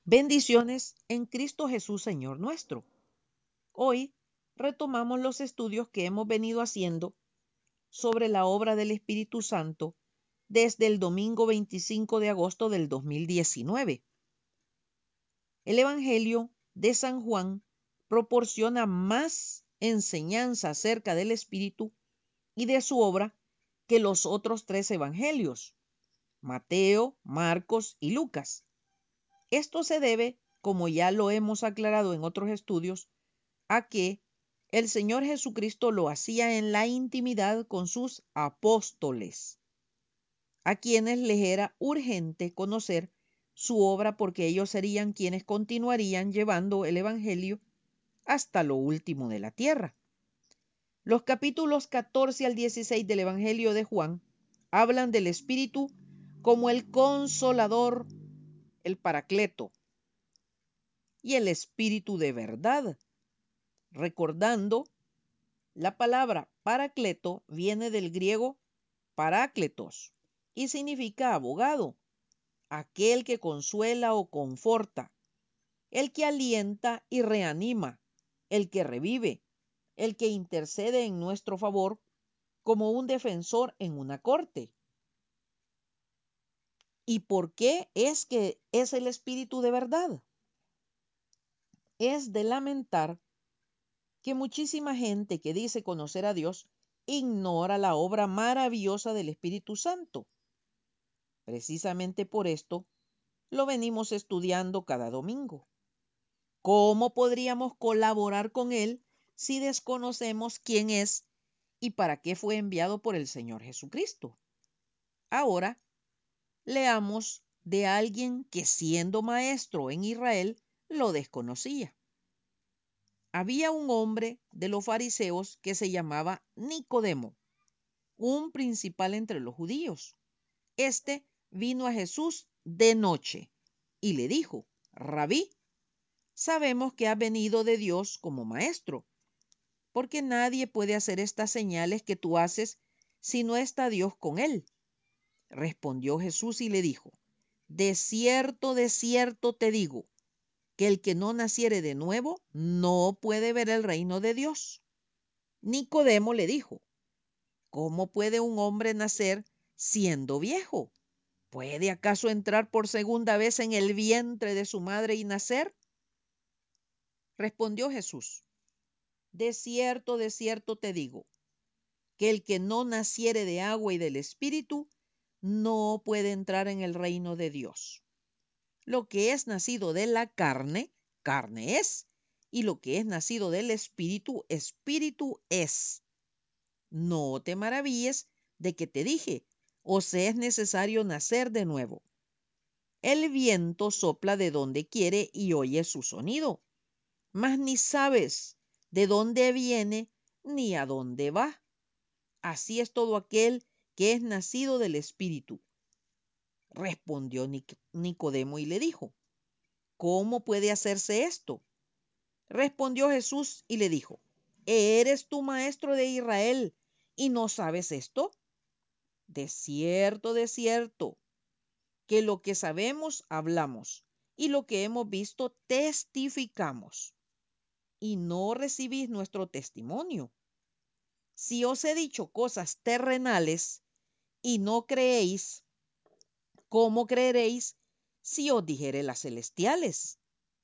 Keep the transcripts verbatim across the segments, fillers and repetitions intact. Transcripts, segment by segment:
Bendiciones en Cristo Jesús, Señor nuestro. Hoy retomamos los estudios que hemos venido haciendo sobre la obra del Espíritu Santo desde el domingo veinticinco de agosto del dos mil diecinueve. El Evangelio de San Juan proporciona más enseñanza acerca del Espíritu y de su obra que los otros tres evangelios, Mateo, Marcos y Lucas. Esto se debe, como ya lo hemos aclarado en otros estudios, a que el Señor Jesucristo lo hacía en la intimidad con sus apóstoles, a quienes les era urgente conocer su obra porque ellos serían quienes continuarían llevando el Evangelio hasta lo último de la tierra. Los capítulos catorce al dieciséis del Evangelio de Juan hablan del Espíritu como el Consolador, el Paracleto y el Espíritu de verdad, recordando la palabra Paracleto viene del griego parácletos y significa abogado, aquel que consuela o conforta, el que alienta y reanima, el que revive, el que intercede en nuestro favor como un defensor en una corte. ¿Y por qué es que es el Espíritu de verdad? Es de lamentar que muchísima gente que dice conocer a Dios ignora la obra maravillosa del Espíritu Santo. Precisamente por esto lo venimos estudiando cada domingo. ¿Cómo podríamos colaborar con Él si desconocemos quién es y para qué fue enviado por el Señor Jesucristo? Ahora, leamos de alguien que siendo maestro en Israel lo desconocía. Había un hombre de los fariseos que se llamaba Nicodemo, un principal entre los judíos. Este vino a Jesús de noche y le dijo: Rabí, sabemos que has venido de Dios como maestro, porque nadie puede hacer estas señales que tú haces si no está Dios con él. Respondió Jesús y le dijo: De cierto, de cierto te digo, que el que no naciere de nuevo no puede ver el reino de Dios. Nicodemo le dijo: ¿Cómo puede un hombre nacer siendo viejo? ¿Puede acaso entrar por segunda vez en el vientre de su madre y nacer? Respondió Jesús: De cierto, de cierto te digo, que el que no naciere de agua y del Espíritu no puede entrar en el reino de Dios. Lo que es nacido de la carne, carne es, y lo que es nacido del Espíritu, Espíritu es. No te maravilles de que te dije: os es necesario nacer de nuevo. El viento sopla de donde quiere y oyes su sonido, mas ni sabes de dónde viene ni a dónde va. Así es todo aquel que es nacido del Espíritu. Respondió Nic- Nicodemo y le dijo: ¿Cómo puede hacerse esto? Respondió Jesús y le dijo: ¿Eres tú maestro de Israel y no sabes esto? De cierto, de cierto, que lo que sabemos hablamos y lo que hemos visto testificamos, y no recibís nuestro testimonio. Si os he dicho cosas terrenales y no creéis, ¿cómo creeréis si os dijere las celestiales?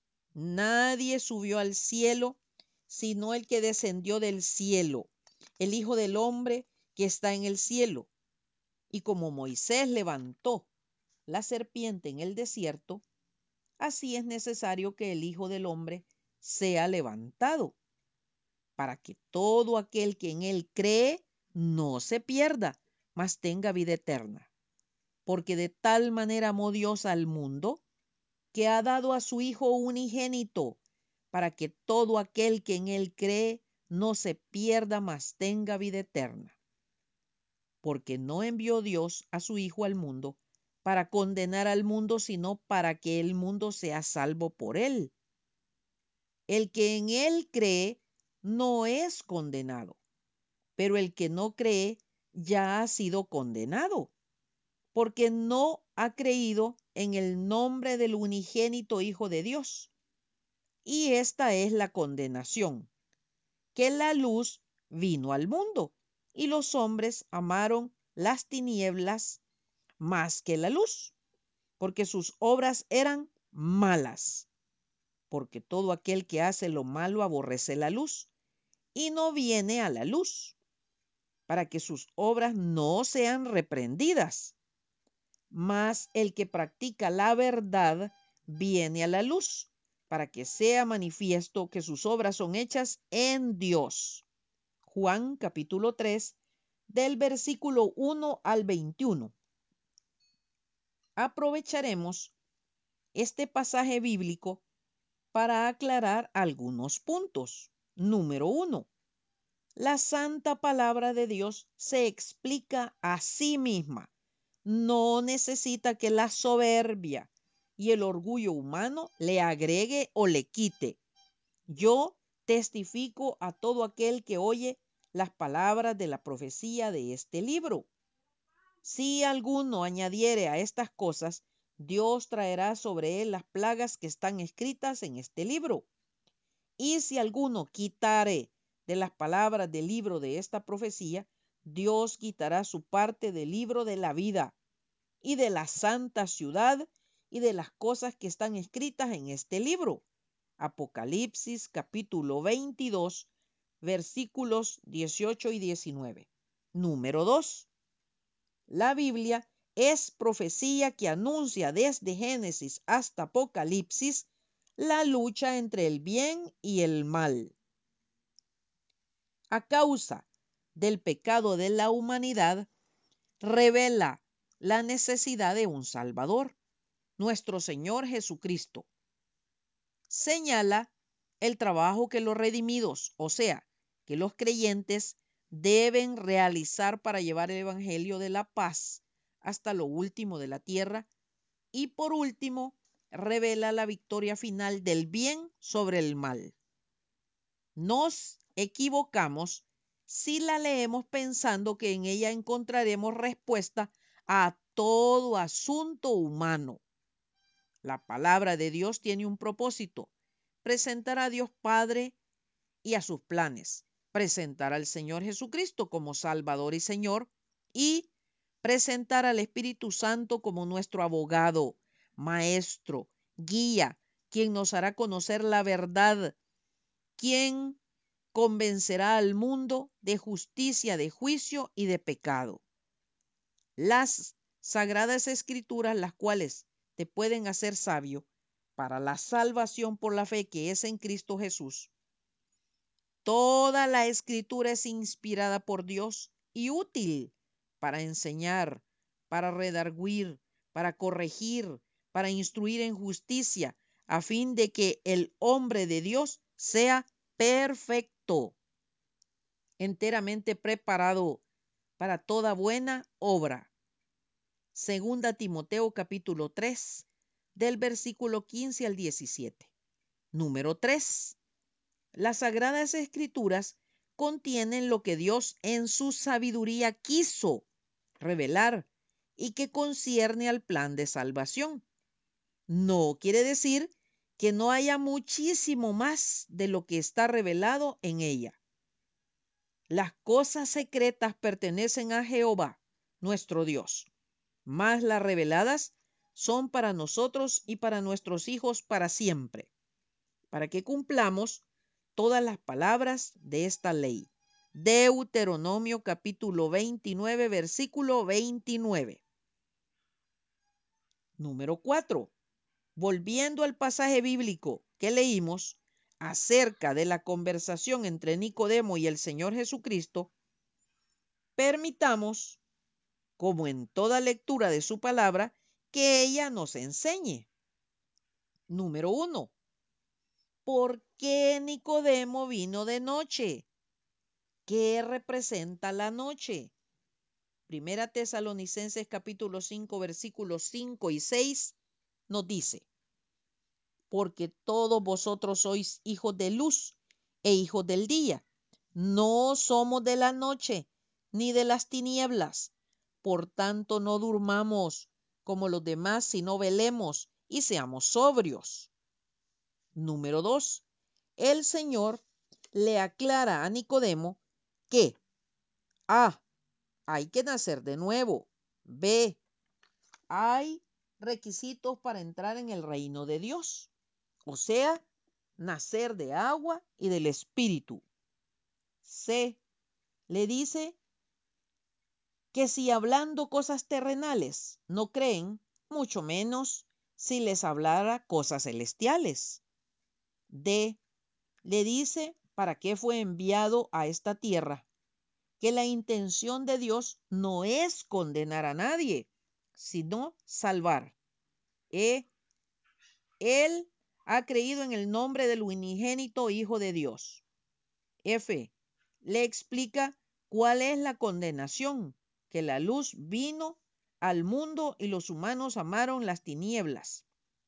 Nadie subió al cielo sino el que descendió del cielo, el Hijo del Hombre que está en el cielo. Y como Moisés levantó la serpiente en el desierto, así es necesario que el Hijo del Hombre sea levantado, para que todo aquel que en él cree no se pierda, mas tenga vida eterna. Porque de tal manera amó Dios al mundo, que ha dado a su Hijo unigénito, para que todo aquel que en él cree no se pierda, mas tenga vida eterna. Porque no envió Dios a su Hijo al mundo para condenar al mundo, sino para que el mundo sea salvo por él. El que en él cree no es condenado, pero el que no cree ya ha sido condenado, porque no ha creído en el nombre del unigénito Hijo de Dios. Y esta es la condenación, que la luz vino al mundo, y los hombres amaron las tinieblas más que la luz, porque sus obras eran malas. Porque todo aquel que hace lo malo aborrece la luz, y no viene a la luz, para que sus obras no sean reprendidas. Mas el que practica la verdad viene a la luz, para que sea manifiesto que sus obras son hechas en Dios. Juan capítulo tres, del versículo uno al veintiuno. Aprovecharemos este pasaje bíblico para aclarar algunos puntos. Número uno. La santa palabra de Dios se explica a sí misma. No necesita que la soberbia y el orgullo humano le agregue o le quite. Yo testifico a todo aquel que oye las palabras de la profecía de este libro. Si alguno añadiere a estas cosas, Dios traerá sobre él las plagas que están escritas en este libro. Y si alguno quitare de las palabras del libro de esta profecía, Dios quitará su parte del libro de la vida y de la santa ciudad y de las cosas que están escritas en este libro. Apocalipsis capítulo veintidós, versículos dieciocho y diecinueve. Número dos. La Biblia es profecía que anuncia desde Génesis hasta Apocalipsis la lucha entre el bien y el mal. A causa del pecado de la humanidad, revela la necesidad de un Salvador, nuestro Señor Jesucristo. Señala el trabajo que los redimidos, o sea, que los creyentes deben realizar para llevar el evangelio de la paz hasta lo último de la tierra. Y por último, revela la victoria final del bien sobre el mal. Nos equivocamos si la leemos pensando que en ella encontraremos respuesta a todo asunto humano. La palabra de Dios tiene un propósito: presentar a Dios Padre y a sus planes, presentar al Señor Jesucristo como Salvador y Señor, y presentar al Espíritu Santo como nuestro abogado, maestro, guía, quien nos hará conocer la verdad, quien convencerá al mundo de justicia, de juicio y de pecado. Las sagradas escrituras, las cuales te pueden hacer sabio para la salvación por la fe que es en Cristo Jesús. Toda la escritura es inspirada por Dios y útil para enseñar, para redarguir, para corregir, para instruir en justicia, a fin de que el hombre de Dios sea perfecto, enteramente preparado para toda buena obra. Segunda Timoteo capítulo tres, del versículo quince al diecisiete. Número tres. Las sagradas escrituras contienen lo que Dios en su sabiduría quiso revelar y que concierne al plan de salvación. No quiere decir que no haya muchísimo más de lo que está revelado en ella. Las cosas secretas pertenecen a Jehová, nuestro Dios, mas las reveladas son para nosotros y para nuestros hijos para siempre, para que cumplamos todas las palabras de esta ley. Deuteronomio capítulo veintinueve, versículo veintinueve. Número cuatro. Volviendo al pasaje bíblico que leímos acerca de la conversación entre Nicodemo y el Señor Jesucristo, permitamos, como en toda lectura de su palabra, que ella nos enseñe. Número uno. ¿Por qué Nicodemo vino de noche? ¿Qué representa la noche? Primera Tesalonicenses capítulo cinco, versículos cinco y seis nos dice: porque todos vosotros sois hijos de luz e hijos del día. No somos de la noche ni de las tinieblas. Por tanto, no durmamos como los demás, sino velemos y seamos sobrios. Número dos. El Señor le aclara a Nicodemo que A. Hay que nacer de nuevo. B. Hay requisitos para entrar en el reino de Dios. O sea, nacer de agua y del Espíritu. C. Le dice que si hablando cosas terrenales no creen, mucho menos si les hablara cosas celestiales. D. Le dice para qué fue enviado a esta tierra, que la intención de Dios no es condenar a nadie, sino salvar. E. Él ha creído en el nombre del unigénito Hijo de Dios. F. Le explica cuál es la condenación, que la luz vino al mundo y los humanos amaron las tinieblas.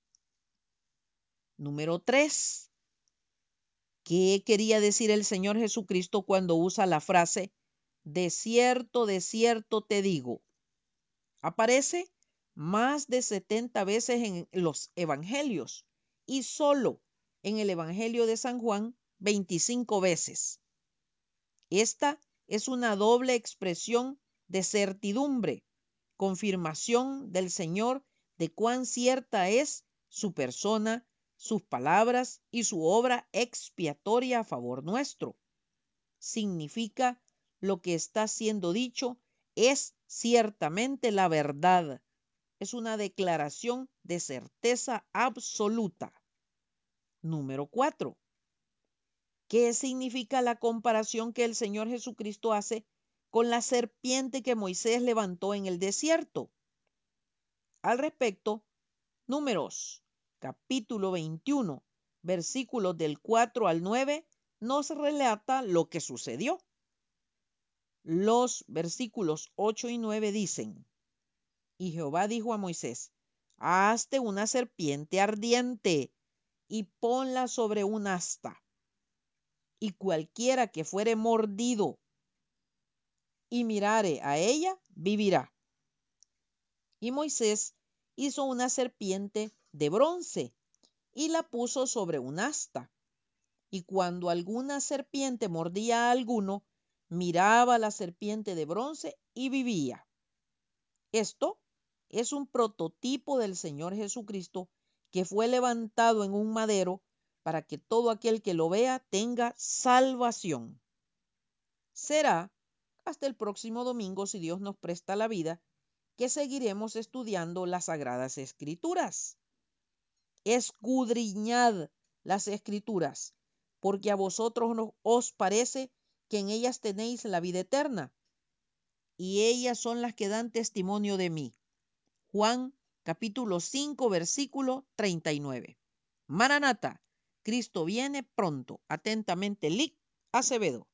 Número tres. ¿Qué quería decir el Señor Jesucristo cuando usa la frase de cierto, de cierto te digo? Aparece más de setenta veces en los evangelios y solo en el Evangelio de San Juan veinticinco veces. Esta es una doble expresión de certidumbre, confirmación del Señor de cuán cierta es su persona, sus palabras y su obra expiatoria a favor nuestro. Significa lo que está siendo dicho es ciertamente la verdad. Es una declaración de certeza absoluta. Número cuatro. ¿Qué significa la comparación que el Señor Jesucristo hace con la serpiente que Moisés levantó en el desierto? Al respecto, Números, capítulo veintiuno, versículos del cuatro al nueve, nos relata lo que sucedió. Los versículos ocho y nueve dicen: Y Jehová dijo a Moisés: Hazte una serpiente ardiente y ponla sobre un asta, y cualquiera que fuere mordido y mirare a ella, vivirá. Y Moisés hizo una serpiente de bronce y la puso sobre un asta. Y cuando alguna serpiente mordía a alguno, miraba a la serpiente de bronce y vivía. Esto es un prototipo del Señor Jesucristo que fue levantado en un madero para que todo aquel que lo vea tenga salvación. Será hasta el próximo domingo, si Dios nos presta la vida, que seguiremos estudiando las Sagradas Escrituras. Escudriñad las Escrituras, porque a vosotros no os parece que en ellas tenéis la vida eterna, y ellas son las que dan testimonio de mí. Juan capítulo cinco, versículo treinta y nueve. Maranata, Cristo viene pronto. Atentamente, Lic Acevedo.